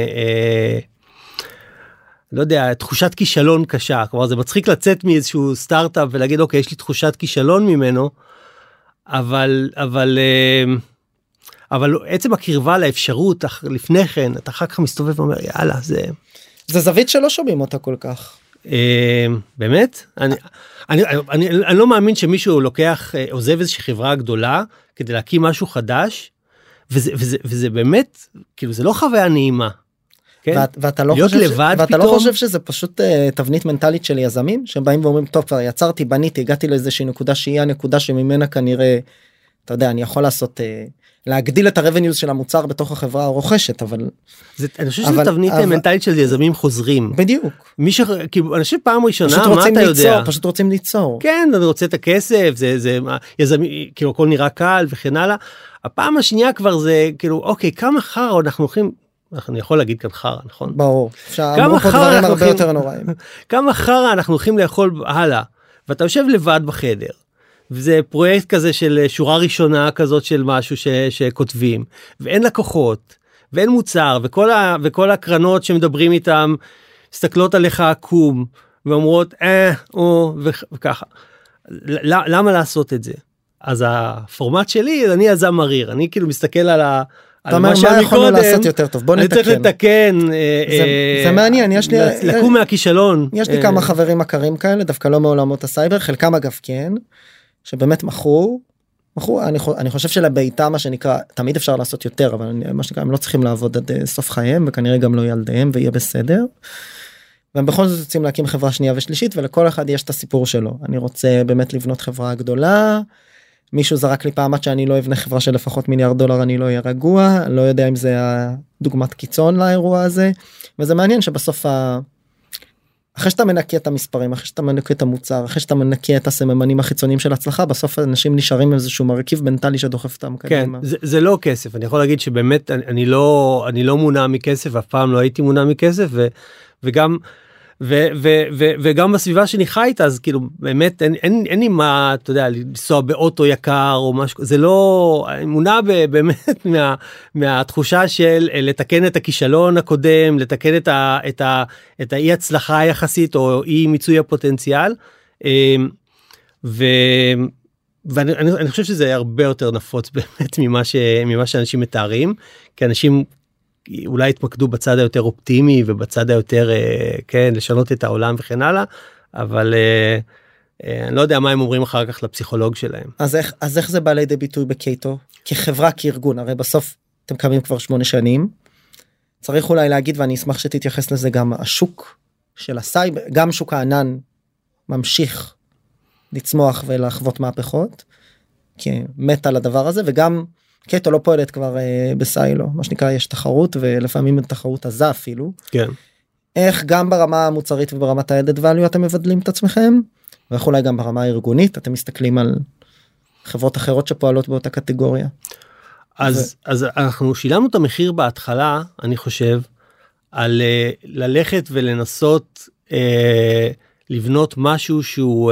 לא יודע, תחושת כישלון קשה, כלומר זה מצחיק לצאת מאיזשהו סטארט-אפ ולהגיד אוקיי, יש לי תחושת כישלון ממנו, אבל עצם הקרבה לאפשרות לפני כן, אתה אחר כך מסתובב ואומר יאללה, זה זווית שלא שומעים אותה כל כך. באמת? אני לא מאמין שמישהו לוקח, עוזב איזושהי חברה גדולה, כדי להקים משהו חדש, וזה באמת, כאילו זה לא חוויה נעימה. ואתה לא חושב שזה פשוט תבנית מנטלית של יזמים שבאים ואומרים טוב כבר יצרתי בניתי הגעתי לאיזושהי נקודה שהיא הנקודה שממנה כנראה אתה יודע אני יכול לעשות להגדיל את הרבניוז של המוצר בתוך החברה הרוכשת אבל אני חושב שזה תבנית מנטלית של יזמים חוזרים בדיוק כאילו אנשים פעם ראשונה מה אתה יודע פשוט רוצים ליצור כן אני רוצה את הכסף זה יזמים כאילו הכל נראה קל וכן הלאה הפעם השנייה כבר זה כאילו אוקיי כמה חר אנחנו הולכים אני יכול להגיד כאן חרה, נכון? ברור. אמרו פה דברים הרבה יותר נוראים. כמה חרה אנחנו הולכים לאכול הלאה, ואתה יושב לבד בחדר, וזה פרויקט כזה של שורה ראשונה כזאת של משהו שכותבים, ואין לקוחות, ואין מוצר, וכל הקרנות שמדברים איתם, מסתכלות עליך עקום, ואומרות, וככה. למה לעשות את זה? אז הפורמט שלי, אני יזם מריר, אני כאילו מסתכל על אתה אומר מה יכולנו לעשות יותר טוב, בוא נתקן. אני צריך לתקן. זה מעניין, יש לי... לקום מהכישלון. יש לי כמה חברים מכרים כאלה, דווקא לא מעולמות הסייבר, חלקם אגב כן, שבאמת מכרו, אני חושב שלביתה מה שנקרא, תמיד אפשר לעשות יותר, אבל מה שנקרא, הם לא צריכים לעבוד עד סוף חייהם, וכנראה גם לא ילדיהם, ויהיה בסדר. והם בכל זאת רוצים להקים חברה שנייה ושלישית, ולכל אחד יש את הסיפור שלו. אני רוצה באמת לבנות חברה גדולה, מישהו זרק לי פעם עד שאני לא אבנה חברה של לפחות $1 מיליארד, אני לא אהיה רגוע, לא יודע אם זה הדוגמת קיצון לאירוע הזה, וזה מעניין שבסוף, אחרי שאתה מנקה את המספרים, אחרי שאתה מנקה את המוצר, אחרי שאתה מנקה את הסממנים החיצוניים של הצלחה, בסוף אנשים נשארים איזשהו מרכיב מנטלי שדוחף אותם קדימה. כן, זה לא כסף, אני יכול להגיד שבאמת אני לא מונע מכסף, אף פעם לא הייתי מונע מכסף, וגם בסביבה שאני חי איתה, אז כאילו באמת אין לי מה, אתה יודע, לנסוע באוטו יקר או משהו, זה לא, אני מונע באמת מהתחושה של לתקן את הכישלון הקודם, לתקן את האי הצלחה היחסית או אי מיצוי הפוטנציאל, ואני חושב שזה הרבה יותר נפוץ באמת ממה שאנשים מתארים, כי אנשים אולי התמקדו בצד היותר אופטימי ובצד היותר, כן, לשנות את העולם וכן הלאה, אבל אני לא יודע מה הם אומרים אחר כך לפסיכולוג שלהם. אז איך זה בא לידי ביטוי בקייטו? כחברה, כארגון, הרי בסוף אתם קמים כבר 8 שנים, צריך אולי להגיד, ואני אשמח שתתייחס לזה גם, השוק של הסייבר, גם שוק הענן ממשיך לצמוח ולחוות מהפכות, כי מת על הדבר הזה, וגם קייטו לא פועלת כבר בסיילו, מה שנקרא יש תחרות, ולפעמים תחרות עזה אפילו. כן. איך גם ברמה המוצרית וברמת ה-added value אתם מבדלים את עצמכם, ואיך אולי גם ברמה הארגונית, אתם מסתכלים על חברות אחרות שפועלות באותה קטגוריה. אז אנחנו שילמנו את המחיר בהתחלה, אני חושב, על ללכת ולנסות לבנות משהו שהוא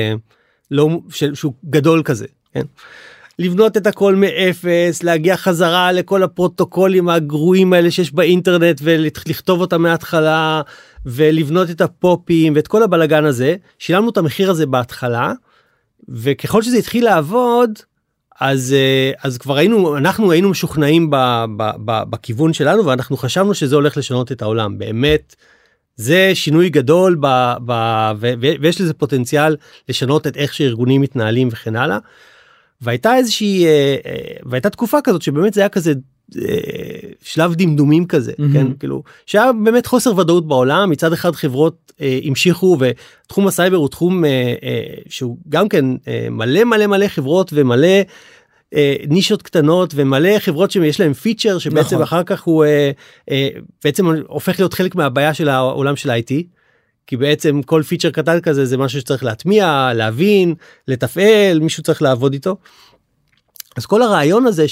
גדול כזה, כן? לבנות את הכל מאפס, להגיע חזרה לכל הפרוטוקולים הגרועים האלה שיש באינטרנט, ולכתוב אותם מההתחלה, ולבנות את הפופים, ואת כל הבלגן הזה. שילמנו את המחיר הזה בהתחלה, וככל שזה התחיל לעבוד, אז כבר אנחנו היינו משוכנעים בכיוון שלנו, ואנחנו חשבנו שזה הולך לשנות את העולם. באמת, זה שינוי גדול, ויש לזה פוטנציאל לשנות את איך שארגונים מתנהלים וכן הלאה. והייתה תקופה כזאת שבאמת זה היה כזה שלב דמדומים כזה, כן, כאילו, שהיה באמת חוסר ודאות בעולם, מצד אחד חברות המשיכו, ותחום הסייבר הוא תחום שהוא גם כן מלא מלא מלא חברות, ומלא נישות קטנות, ומלא חברות שיש להם פיצ'ר, שבעצם אחר כך הוא בעצם הופך להיות חלק מהבעיה של העולם של ה-IT, כי בעצם כל פיצ'ר קטן כזה, זה משהו שצריך להטמיע, להבין, לתפעל, מישהו צריך לעבוד איתו. אז כל הרעיון הזה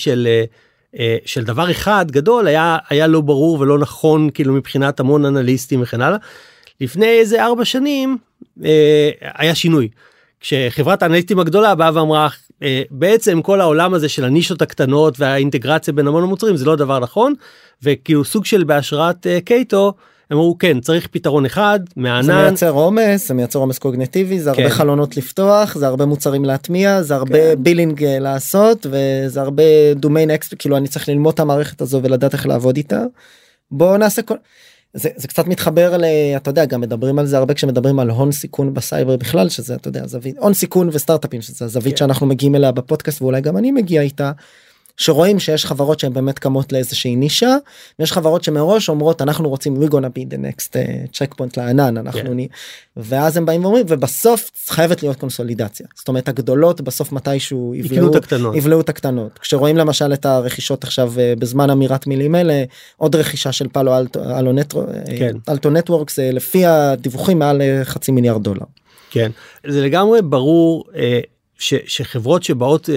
של דבר אחד גדול היה לא ברור ולא נכון, כאילו מבחינת המון אנליסטים וכן הלאה. לפני איזה 4 שנים היה שינוי. כשחברת האנליסטים הגדולה באה ואמרה, בעצם כל העולם הזה של הנישות הקטנות והאינטגרציה בין המון המוצרים זה לא דבר נכון, וכאילו סוג של בהשראת קייטו, הם אמרו כן, צריך פתרון אחד מהענן. זה מייצר עומס קוגניטיבי, זה הרבה חלונות לפתוח, זה הרבה מוצרים להטמיע, זה הרבה בילינג לעשות, וזה הרבה דומיין אקספט, כאילו אני צריך ללמוד את המערכת הזו ולדעת איך לעבוד איתה. בואו נעשה כל... זה קצת מתחבר אתה יודע, גם מדברים על זה הרבה כשמדברים על הון סיכון בסייבר בכלל, שזה, אתה יודע, הון סיכון וסטארט-אפים, שזה הזווית שאנחנו מגיעים אליה בפודקאסט, ואולי גם אני מגיע איתה, שרואים שיש חברות שהן באמת קמות לאיזושהי נישה, ויש חברות שמראש אומרות, אנחנו רוצים, we gonna be the next checkpoint לענן, ואז הם באים ואומרים, ובסוף חייבת להיות קונסולידציה. זאת אומרת, הגדולות בסוף מתישהו יבלעו את הקטנות. כשרואים למשל את הרכישות עכשיו, בזמן אמירת מילים אלה, עוד רכישה של פאלו אלטו נטוורקס, לפי הדיווחים מעל $500 מיליארד. כן, זה לגמרי ברור, שחברות שבאות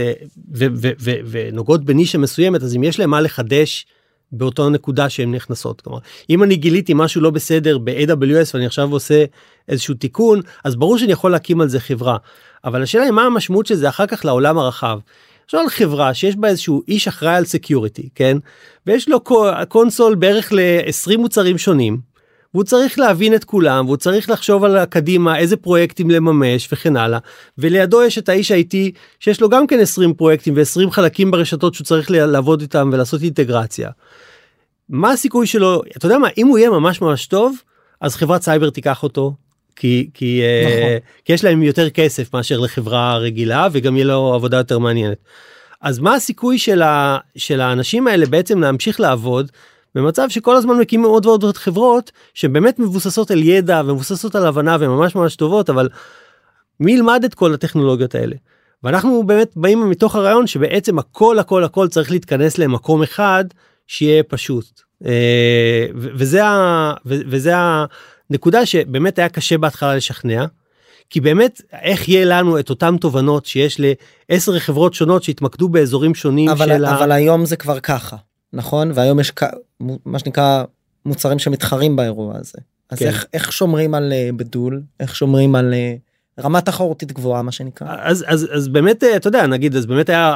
ונוגעות בנישה מסוימת, אז אם יש להם מה לחדש באותו נקודה שהן נכנסות, כלומר, אם אני גיליתי משהו לא בסדר ב-AWS ואני עכשיו עושה איזשהו תיקון, אז ברור שאני יכול להקים על זה חברה, אבל השאלה היא מה המשמעות של זה אחר כך לעולם הרחב. עכשיו על חברה שיש בה איזשהו איש אחראי על סקיוריטי, כן? ויש לו קונסול בערך ל-20 מוצרים שונים, והוא צריך להבין את כולם, והוא צריך לחשוב על הקדימה, איזה פרויקטים לממש וכן הלאה, ולידו יש את האיש IT, שיש לו גם כן 20 פרויקטים ו20 חלקים ברשתות שהוא צריך לעבוד איתם ולעשות אינטגרציה. מה הסיכוי שלו? אתה יודע מה, אם הוא יהיה ממש ממש טוב, אז חברת סייבר תיקח אותו, כי יש להם יותר כסף מאשר לחברה רגילה, וגם יהיה לו עבודה יותר מעניינת. אז מה הסיכוי של האנשים האלה בעצם להמשיך לעבוד, במצב שכל הזמן מקימים עוד ועוד חברות שבאמת מבוססות על ידע ומבוססות על הבנה וממש ממש טובות, אבל מי ילמד את כל הטכנולוגיות האלה? ואנחנו באמת באים מתוך הרעיון שבעצם הכל צריך להתכנס למקום אחד שיהיה פשוט. וזה הנקודה שבאמת היה קשה בהתחלה לשכנע, כי באמת איך יהיה לנו את אותם תובנות שיש ל10 חברות שונות שהתמקדו באזורים שונים אבל היום זה כבר ככה. נכון? והיום יש מה שנקרא מוצרים שמתחרים באירוע הזה. אז כן. איך שומרים על בדול? איך שומרים על רמת תחרותית גבוהה, מה שנקרא? אז באמת, אתה יודע, נגיד, אז באמת היה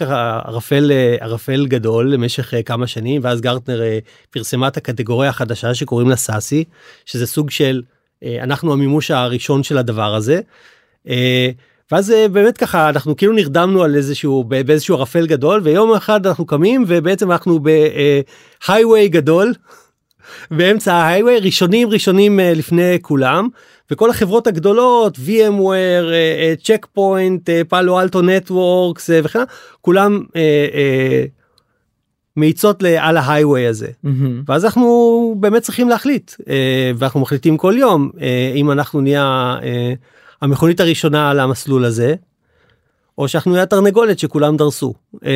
ערפל גדול למשך כמה שנים, ואז גרטנר פרסמה את הקטגוריה החדשה שקוראים לה סאסי, שזה סוג של, אנחנו המימוש הראשון של הדבר הזה, ואז באמת ככה אנחנו כאילו נרדמנו על באיזשהו ערפל גדול, ויום אחד אנחנו קמים ובעצם אנחנו בהייווי גדול, באמצע ההייווי, ראשונים לפני כולם, וכל החברות הגדולות, VMware, Checkpoint, Palo Alto Networks וכן, כולם מאיצות על ההייווי הזה. ואז אנחנו באמת צריכים להחליט, ואנחנו מחליטים כל יום, אם אנחנו נהיה המכונית הראשונה על המסלול הזה, או שאנחנו נהיה תרנגולת שכולם דרסו.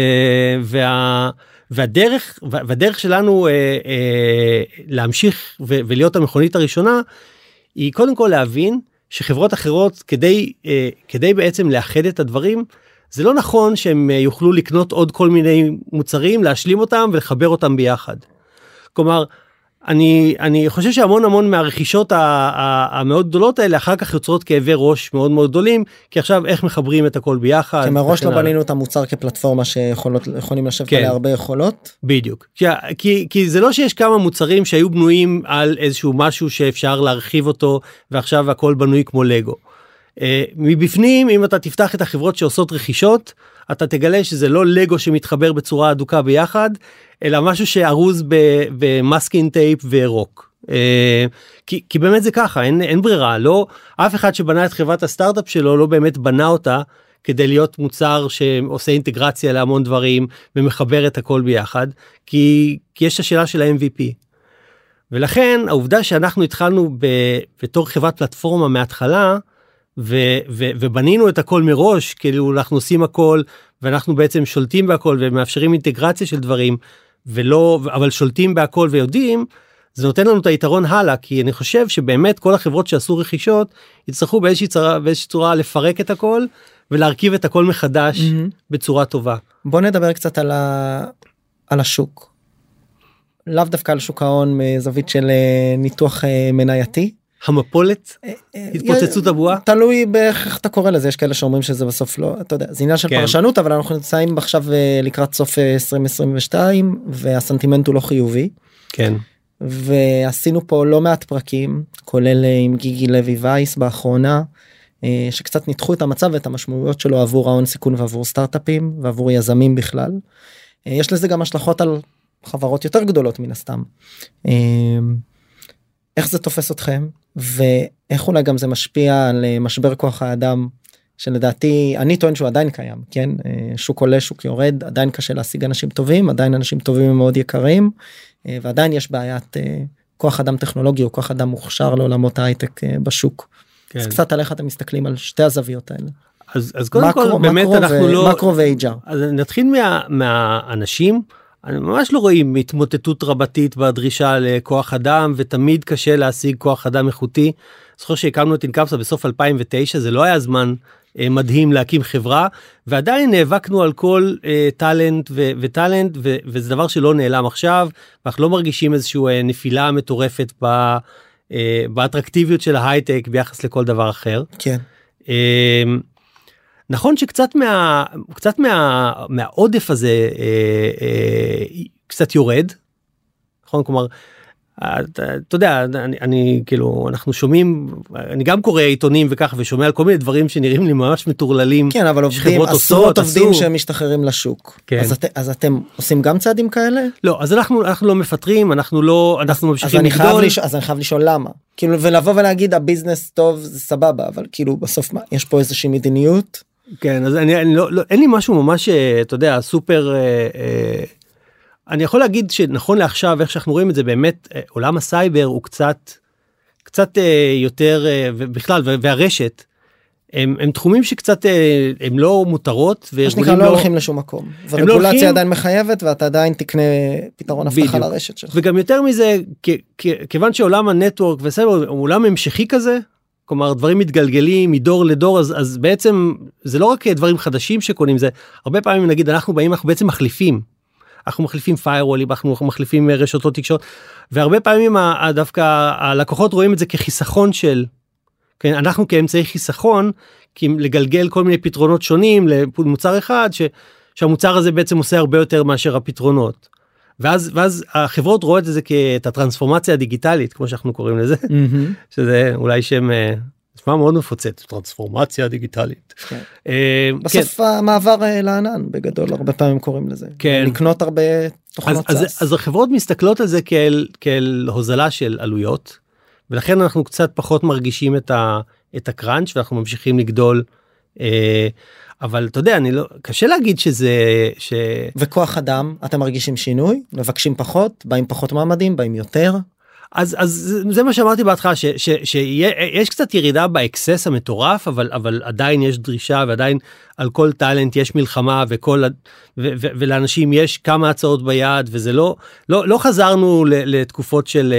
והדרך שלנו להמשיך ולהיות המכונית הראשונה, היא קודם כל להבין שחברות אחרות, כדי בעצם לאחד את הדברים, זה לא נכון שהם יוכלו לקנות עוד כל מיני מוצרים, להשלים אותם ולחבר אותם ביחד. כלומר, אני חושב שהמון מהרכישות המאוד גדולות האלה אחר כך יוצרות כאבי ראש מאוד מאוד גדולים, כי עכשיו איך מחברים את הכל ביחד. כי מראש לא בנינו את המוצר כפלטפורמה שיכולים לשבת עליה הרבה יכולות. בדיוק. כי זה לא שיש כמה מוצרים שהיו בנויים על איזשהו משהו שאפשר להרחיב אותו, ועכשיו הכל בנוי כמו לגו. מבפנים, אם אתה תפתח את החברות שעושות רכישות, אתה תגלה שזה לא לגו שמתחבר בצורה אדוקה ביחד, אלא משהו שארוז במאסקין טייפ ורוק. כי באמת זה ככה, אין ברירה, לא, אף אחד שבנה את חברת הסטארט-אפ שלו לא באמת בנה אותה כדי להיות מוצר שעושה אינטגרציה להמון דברים, ומחבר את הכל ביחד, כי יש את השאלה של ה-MVP. ולכן, העובדה שאנחנו התחלנו בתור חברת פלטפורמה מההתחלה, ובנינו את הכל מראש, כאילו אנחנו עושים הכל, ואנחנו בעצם שולטים בהכל, ומאפשרים אינטגרציה של דברים, אבל שולטים בהכל ויודעים, זה נותן לנו את היתרון הלאה, כי אני חושב שבאמת כל החברות שעשו רכישות, יצטרכו באיזושהי צורה לפרק את הכל, ולהרכיב את הכל מחדש בצורה טובה. בוא נדבר קצת על השוק. לאו דווקא על שוק ההון מזווית של ניתוח מנייתי. המפולת? התפוצצות הבועה? תלוי באיך אתה קורא לזה, יש כאלה שאומרים שזה בסוף לא, אתה יודע, זה עניין של פרשנות, אבל אנחנו נמצאים עכשיו לקראת סוף 2022, והסנטימנט הוא לא חיובי. כן. ועשינו פה לא מעט פרקים, כולל עם גיגי לוי וייס באחרונה, שקצת ניתחו את המצב ואת המשמעויות שלו עבור ההון סיכון ועבור סטארט-אפים ועבור יזמים בכלל. יש לזה גם השלכות על חברות יותר גדולות מן הסתם. איך זה תופס אתכם, ואיך אולי גם זה משפיע על משבר כוח האדם, שלדעתי, אני טוען שהוא עדיין קיים, כן? שוק עולה, שוק יורד, עדיין קשה להשיג אנשים טובים, עדיין אנשים טובים הם מאוד יקרים, ועדיין יש בעיית כוח אדם טכנולוגי, או כוח אדם מוכשר לעולמות ההייטק בשוק. כן. אז קצת על איך אתם מסתכלים על שתי הזוויות האלה. אז קודם כל, באמת אנחנו לא... מקרו ו-HR. אז נתחיל מהאנשים, אני ממש לא רואים התמוטטות רבתית בדרישה לכוח אדם, ותמיד קשה להשיג כוח אדם איכותי. זוכר שהקמנו את אינקפסה בסוף 2009, זה לא היה זמן מדהים להקים חברה, ועדיין נאבקנו על כל טלנט וטלנט, וזה דבר שלא נעלם עכשיו, ואנחנו לא מרגישים איזושהי נפילה מטורפת באטרקטיביות של ההייטק ביחס לכל דבר אחר. כן. נכון שקצת מהעודף הזה קצת יורד, נכון? כלומר, אתה יודע, אני כאילו, אנחנו שומעים, אני גם קורא עיתונים וככה, ושומע על כל מיני דברים שנראים לי ממש מטורללים. כן, אבל עובדים, עשרות עובדים שמשתחררים לשוק. כן. אז אתם עושים גם צעדים כאלה? לא, אז אנחנו לא מפטרים, אנחנו ממשיכים לגדול. אז אני חייב לשאול למה. כאילו, ולבוא ולהגיד, הביזנס טוב, זה סבבה, אבל כאילו, בסוף מה, יש פה איזושהי מדיניות? כן, אז אין לי משהו ממש, אתה יודע, סופר... אני יכול להגיד שנכון לעכשיו, איך שאנחנו רואים את זה, באמת, עולם הסייבר הוא קצת יותר, ובכלל, והרשת, הם תחומים שקצת, הם לא מותרות, וארגונים לא הולכים לשום מקום. ורגולציה עדיין מחייבת, ואתה עדיין תקנה פתרון הבטחה לרשת שלך. וגם יותר מזה, כיוון שעולם הנטוורק וסייבר, הוא עולם המשכי כזה, כלומר, דברים מתגלגלים מדור לדור, אז בעצם, זה לא רק דברים חדשים שקונים, זה הרבה פעמים נגיד, אנחנו בעצם מחליפים. אנחנו מחליפים firewall, אנחנו מחליפים רשתות תקשורת, והרבה פעמים דווקא הלקוחות רואים את זה כחיסכון של, כן, אנחנו כאמצעי חיסכון, כי לגלגל כל מיני פתרונות שונים למוצר אחד, שהמוצר הזה בעצם עושה הרבה יותר מאשר הפתרונות. ואז החברות רואות את זה כאת הטרנספורמציה הדיגיטלית, כמו שאנחנו קוראים לזה, שזה אולי שם... נשמע מאוד מפוצץ, טרנספורמציה דיגיטלית. בסוף המעבר לענן, בגדול, הרבה פעמים קוראים לזה. לקנות הרבה תוכנות סאס. אז החברות מסתכלות על זה כאל הוזלה של עלויות, ולכן אנחנו קצת פחות מרגישים את הקראנץ' ואנחנו ממשיכים לגדול. אבל אתה יודע, קשה להגיד שזה... וכוח אדם, אתם מרגישים שינוי? מבקשים פחות? באים פחות מעמדים? באים יותר? אז זה מה שאמרתי בהתחלה, שיש קצת ירידה באקסס המטורף, אבל עדיין יש דרישה, ועדיין על כל טלנט יש מלחמה, ולאנשים יש כמה הצעות ביד, וזה לא חזרנו לתקופות של...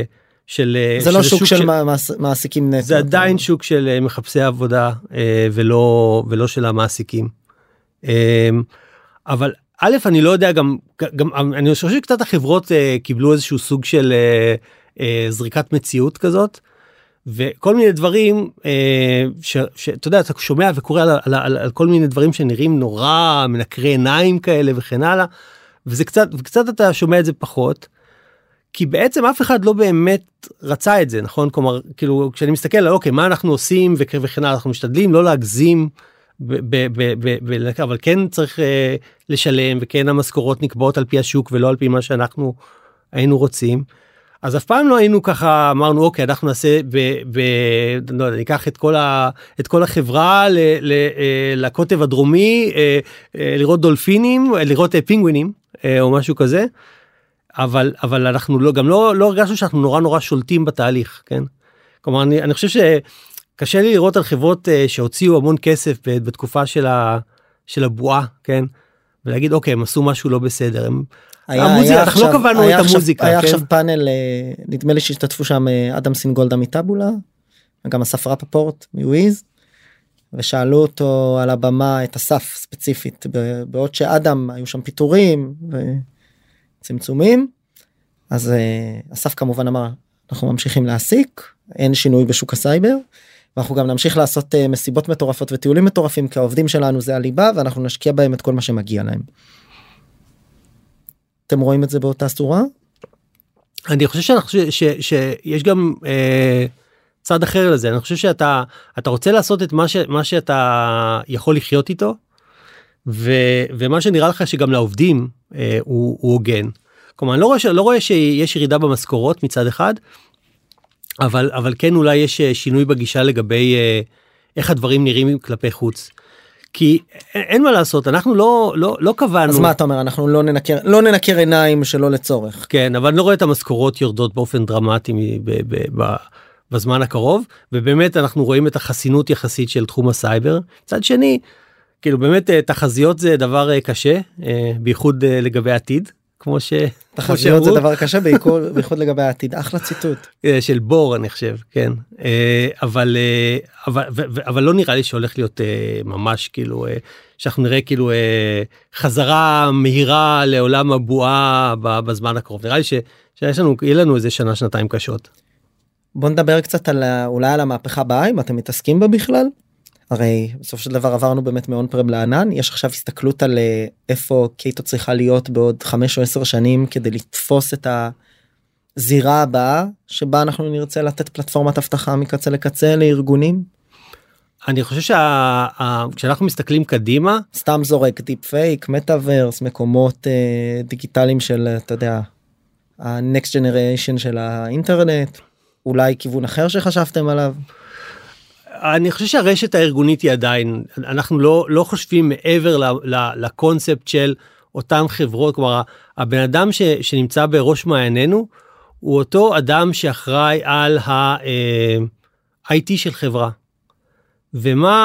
זה לא שוק של מעסיקים נטו. זה עדיין שוק של מחפשי עבודה, ולא של המעסיקים. אבל א', אני לא יודע, גם אני חושב שקצת החברות קיבלו איזשהו סוג של זריקת מציאות כזאת, וכל מיני דברים שאתה יודע, אתה שומע וקורא על כל מיני דברים שנראים נורא מנקרי עיניים כאלה וכן הלאה, וקצת אתה שומע את זה פחות, כי בעצם אף אחד לא באמת רצה את זה, נכון? כלומר, כאילו, כשאני מסתכל על אוקיי, מה אנחנו עושים וכן הלאה, אנחנו משתדלים לא להגזים, אבל כן צריך לשלם, וכן המשכורות נקבעות על פי השוק ולא על פי מה שאנחנו היינו רוצים, אז אף פעם לא היינו ככה, אמרנו, אוקיי, אנחנו נעשה, לא יודע, ניקח את כל החברה לקוטב הדרומי, לראות דולפינים, לראות פינגווינים, או משהו כזה, אבל אנחנו גם לא הרגשנו שאנחנו נורא שולטים בתהליך, כן? כלומר, אני חושב שקשה לי לראות על חברות שהוציאו המון כסף בתקופה של הבועה, כן? ולהגיד, אוקיי, הם עשו משהו לא בסדר, המוזיקה, אנחנו לא קבענו את המוזיקה. היה עכשיו פאנל, נדמה לי שהשתתפו שם אדם סינגולדה מטאבולה, וגם אסף רפפורט מוויז, ושאלו אותו על הבמה את אסף ספציפית, בעוד שאדם היו שם פיתורים וצמצומים, אז אסף כמובן אמר, אנחנו ממשיכים להעסיק, אין שינוי בשוק הסייבר, ואנחנו גם נמשיך לעשות מסיבות מטורפות וטיולים מטורפים, כי העובדים שלנו זה הליבה, ואנחנו נשקיע בהם את כל מה שמגיע להם. אתם רואים את זה באותה צורה? אני חושב שיש גם צד אחר לזה. אני חושב שאתה רוצה לעשות את מה שאתה יכול לחיות איתו, ומה שנראה לך שגם לעובדים הוא הוגן. כלומר, אני לא רואה שיש ירידה במשכורות מצד אחד, אבל כן אולי יש שינוי בגישה לגבי איך הדברים נראים כלפי חוץ. כי אין מה לעשות, אנחנו לא קבענו. אז מה אתה אומר, אנחנו לא ננקר עיניים שלא לצורך. כן, אבל אני לא רואה את המשכורות יורדות באופן דרמטי בזמן הקרוב, ובאמת אנחנו רואים את החסינות יחסית של תחום הסייבר. מצד שני, כאילו באמת תחזיות זה דבר קשה, בייחוד לגבי העתיד, כמו תחזיות זה דבר קשה, בייחוד לגבי העתיד, אחלה ציטוט. של בור אני חושב, כן. אבל לא נראה לי שהולך להיות ממש כאילו, שאנחנו נראה כאילו חזרה מהירה לעולם הבועה בזמן הקרוב. נראה לי שיהיה לנו איזה שנה, שנתיים קשות. בוא נדבר קצת אולי על המהפכה הבאה, אם אתם מתעסקים בה בכלל. הרי בסוף של דבר עברנו באמת מאון פרם לענן, יש עכשיו הסתכלות על איפה קייטו צריכה להיות בעוד 5 או 10 שנים כדי לתפוס את הזירה הבאה שבה אנחנו נרצה לתת פלטפורמת הבטחה מקצה לקצה לארגונים. אני חושב כשאנחנו מסתכלים קדימה, סתם זורק דיפ פייק, מטאברס, מקומות דיגיטליים של, אתה יודע, ה-next generation של האינטרנט, אולי כיוון אחר שחשבתם עליו. אני חושב שהרשת הארגונית היא עדיין, אנחנו לא חושבים מעבר לקונספט של אותן חברות, כלומר, הבן אדם שנמצא בראש מעיינינו, הוא אותו אדם שאחראי על ה-IT של חברה. ומה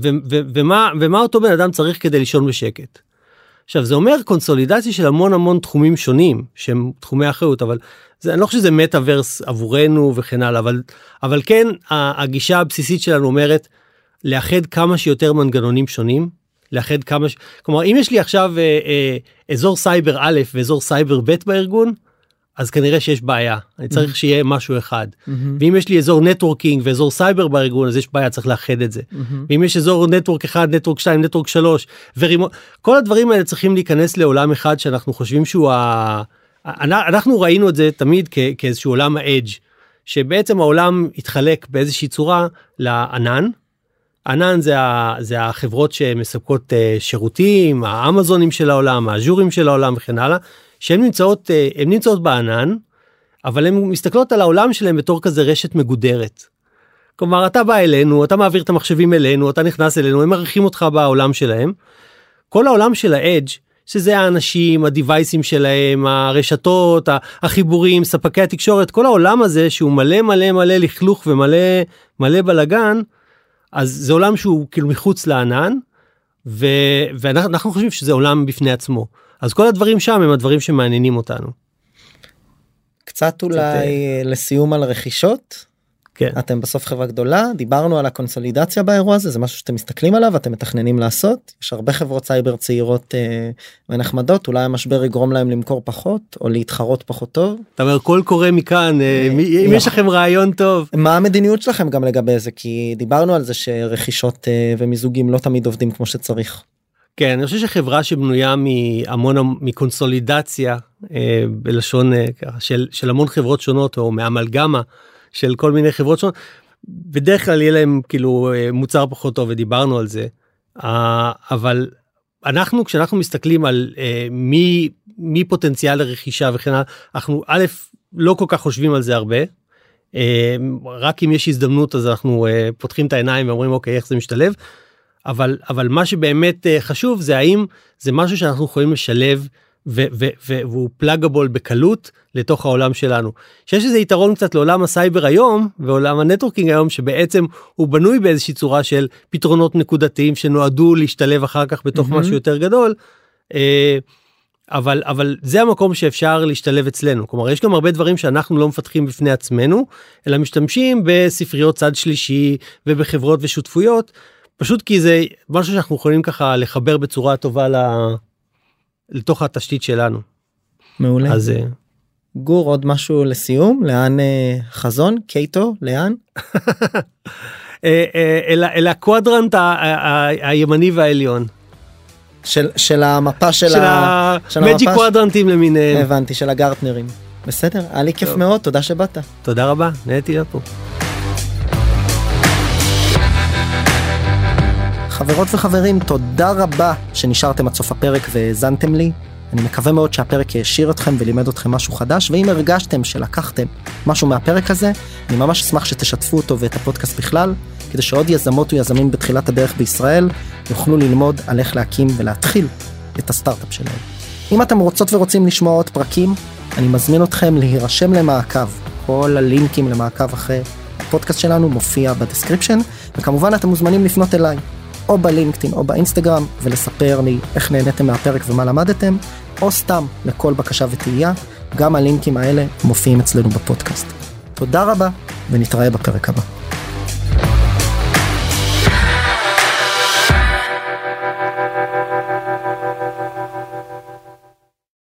אותו בן אדם צריך כדי לישון בשקט. עכשיו, זה אומר קונסולידציה של המון תחומים שונים, שהם תחומי אחריות, אבל אני לא חושב שזה מטאברס עבורנו וכן הלאה, אבל כן, הגישה הבסיסית שלנו אומרת, לאחד כמה שיותר מנגנונים שונים, כלומר, אם יש לי עכשיו אזור סייבר א' ואזור סייבר ב' בארגון, אז כנראה שיש בעיה, אני צריך שיהיה משהו אחד. ואם יש לי אזור נטוורקינג ואזור סייבר בארגון, אז יש בעיה, צריך לאחד את זה. ואם יש אזור נטוורק 1, נטוורק 2, נטוורק 3, כל הדברים האלה צריכים להיכנס לעולם אחד שאנחנו חושבים שהוא אנחנו ראינו את זה תמיד כאיזשהו עולם האדג', שבעצם העולם התחלק באיזושהי צורה לענן. ענן זה החברות שמספקות שירותים, האמזונים של העולם, האז'ורים של העולם וכן הלאה, שהן נמצאות בענן, אבל הן מסתכלות על העולם שלהם בתור כזה רשת מגודרת. כלומר, אתה בא אלינו, אתה מעביר את המחשבים אלינו, אתה נכנס אלינו, הם מעריכים אותך בעולם שלהם. כל העולם של האדג', שזה האנשים, הדיווייסים שלהם, הרשתות, החיבורים, ספקי התקשורת, כל העולם הזה שהוא מלא לכלוך ומלא בלגן, אז זה עולם שהוא כאילו מחוץ לענן, ואנחנו חושבים שזה עולם בפני עצמו. אז כל הדברים שם הם הדברים שמעניינים אותנו. קצת אולי לסיום על רכישות. כן. אתם בסוף חברה גדולה, דיברנו על הקונסולידציה באירוע הזה, זה משהו שאתם מסתכלים עליו, אתם מתכננים לעשות. יש הרבה חברות סייבר צעירות ונחמדות, אולי המשבר יגרום להם למכור פחות, או להתחרות פחות טוב. אתה אומר, כל קורא מכאן, אם יש לכם רעיון טוב. מה המדיניות שלכם גם לגבי זה? כי דיברנו על זה שרכישות ומיזוגים לא תמיד עובדים כמו שצריך. כן, אני חושב שחברה שבנויה מקונסולידציה, בלשון של המון חברות שונות, או מאמלגמה, של כל מיני חברות שונות, בדרך כלל יהיה להם כאילו מוצר פחות טוב, ודיברנו על זה, אבל כשאנחנו מסתכלים על מי פוטנציאל לרכישה וכן הלאה, אנחנו לא כל כך חושבים על זה הרבה. רק אם יש הזדמנות אז אנחנו פותחים את העיניים ואומרים אוקיי, איך זה משתלב. אבל מה שבאמת חשוב זה האם זה משהו שאנחנו יכולים לשלב והוא פלאגבול בקלות לתוך העולם שלנו. שיש איזה יתרון קצת לעולם הסייבר היום ועולם הנטוורקינג היום, שבעצם הוא בנוי באיזושהי צורה של פתרונות נקודתיים שנועדו להשתלב אחר כך בתוך משהו יותר גדול. אבל זה המקום שאפשר להשתלב אצלנו. כלומר, יש גם הרבה דברים שאנחנו לא מפתחים בפני עצמנו, אלא משתמשים בספריות צד שלישי ובחברות ושותפויות, פשוט כי זה משהו שאנחנו יכולים ככה לחבר בצורה טובה לתוך התשתית שלנו. מעולה. אז גור, עוד משהו לסיום? לאן חזון? קייטו? לאן? אל הקוואדרנט הימני והעליון. של המפה של המג'יק קוואדרנטים למיניהם. הבנתי, של הגרטנרים. בסדר, היה לי כיף מאוד, תודה שבאת. תודה רבה, נהניתי להיות פה. חברות וחברים, תודה רבה שנשארתם עד סוף הפרק והאזנתם לי. אני מקווה מאוד שהפרק ישיר אתכם ולימד אתכם משהו חדש, ואם הרגשתם שלקחתם משהו מהפרק הזה, אני ממש אשמח שתשתפו אותו ואת הפודקאסט בכלל, כדי שעוד יזמות ויזמים בתחילת הדרך בישראל יוכלו ללמוד על איך להקים ולהתחיל את הסטארט-אפ שלהם. אם אתם רוצות ורוצים לשמוע עוד פרקים, אני מזמין אתכם להירשם למעקב. כל הלינקים למעקב אחרי הפודקאסט שלנו מופיע בדסקריפשן, וכמובן אתם מוזמנים לפנות אליי, או בלינקדאין או באינסטגרם, ולספר לי איך נהניתם מהפרק ומה למדתם, או סתם לכל בקשה ותהייה. גם הלינקים האלה מופיעים אצלנו בפודקאסט. תודה רבה, ונתראה בפרק הבא.